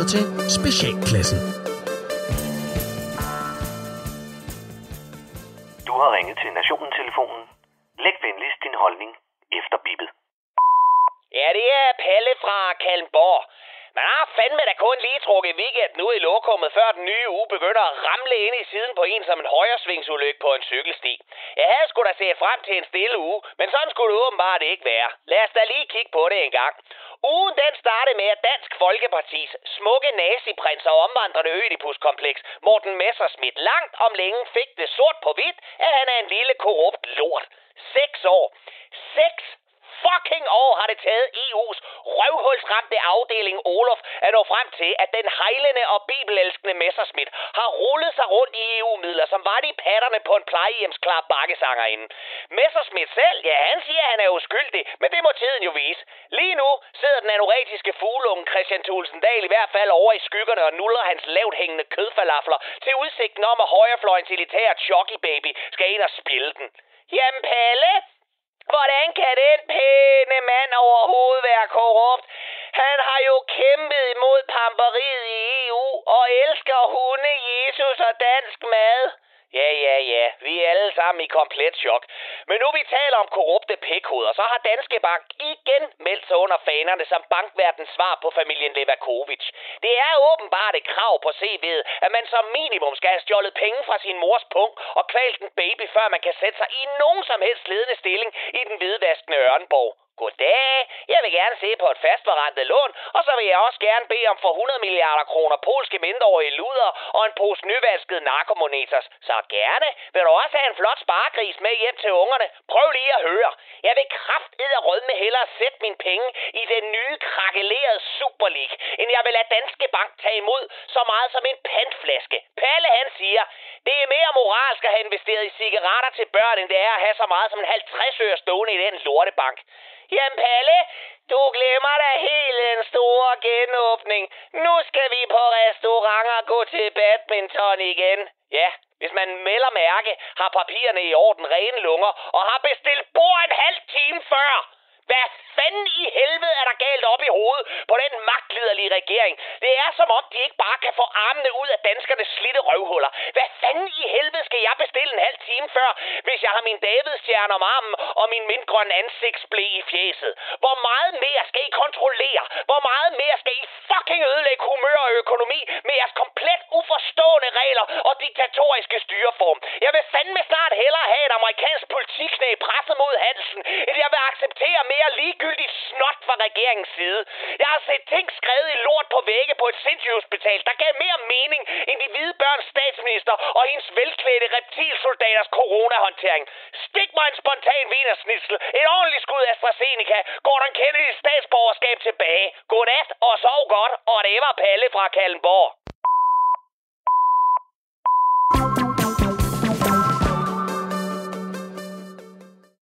til Specialklassen. Du har ringet til Nationen-telefonen. Læg venligst din holdning efter bippet. Ja, det er Palle fra Kalmborg. Man har fandme da kun lige trukket weekenden ud i lokummet, før den nye uge begynder at ramle ind i siden på en som en højresvingsulykke på en cykelsti. Jeg havde sgu da set frem til en stille uge, men sådan skulle det åbenbart ikke være. Lad os da lige kigge på det en gang. Ugen den startede med, at Dansk Folkepartis smukke naziprins og omvandrende ødipuskompleks Morten Messerschmidt langt om længe fik det sort på hvidt, at han er en lille korrupt lort. 6 år. 6 fucking år har det taget EU's røvhulsramte afdeling Olof at nå frem til, at den hejlende og bibelelskende Messerschmidt har rullet sig rundt i EU-midler, som var de patterne på en plejehjemsklar bakkesangerinde. Messerschmidt selv, ja, han siger, at han er uskyldig, men det må tiden jo vise. Lige nu sidder den anoretiske fugleunge Christian Thulesen Dahl i hvert fald over i skyggerne og nuller hans lavt hængende kødfalafler til udsigten om, at højrefløjens elitære Chucky Baby skal ind og spille den. Jamen Palle, hvordan kan den pæne mand overhovedet være korrupt? Han har jo kæmpet imod pamperiet i EU og elsker hunde, Jesus og dansk mad. Ja, vi er alle sammen i komplet chok. Men nu vi taler om korrupte pikhoveder, så har Danske Bank igen meldt sig under fanerne som bankverdens svar på familien Levakovic. Det er åbenbart et krav på CV'et, at man som minimum skal have stjålet penge fra sin mors pung og kvalt en baby, før man kan sætte sig i nogen som helst ledende stilling i den hvidvaskende Ørnborg. Goddag, jeg vil gerne se på et fastforrentet lån, og så vil jeg også gerne bede om for 100 milliarder kroner polske mindreårige luder og en pose nyvaskede narkomoneters. Så gerne vil du også have en flot sparegris med hjem til ungerne. Prøv lige at høre. Jeg vil kraftedderrødme hellere sætte mine penge i den nye krakelerede Super League, end jeg vil lade Danske Bank tage imod så meget som en pantflaske. Palle han siger, det er mere moralsk at have investeret i cigaretter til børn, end det er at have så meget som en 50 øre stående i den lortebank. Jamen Palle, du glemmer da helt en stor genåbning. Nu skal vi på restauranter og gå til badminton igen. Ja, hvis man melder mærke, har papirerne i orden, rene lunger og har bestilt bord en halv time før. Hvad fanden i helvede er der galt op i hovedet på den magtliderlige regering? Det er som om, de ikke bare kan få armene ud af danskernes slidte røvhuller. Hvad fanden i helvede skal jeg bestille en halv time før, hvis jeg har min Davidstjerne om armen og min mintgrønne ansigtsblæ i fjeset? Hvor meget mere skal I kontrollere? Hvor meget mere skal I fucking ødelægge humør og økonomi med jeres komplet uforstående regler og diktatoriske styreform? Jeg vil fandme snart hellere have et amerikansk politiknæ presset mod Hansen, end jeg vil acceptere mere ligegyldigt snot fra regeringens side. Jeg har set ting skrevet i lort på vægge på et sindssygehospital, der gav mere mening end de hvide børns statsminister og hendes velklædte reptilsoldaters coronahåndtering. Stik mig en spontan wienersnitzel, et ordentligt skud AstraZeneca, Gordon Kennedys statsborgerskab tilbage. Godnat og sov godt, og det var Palle fra Kalmborg.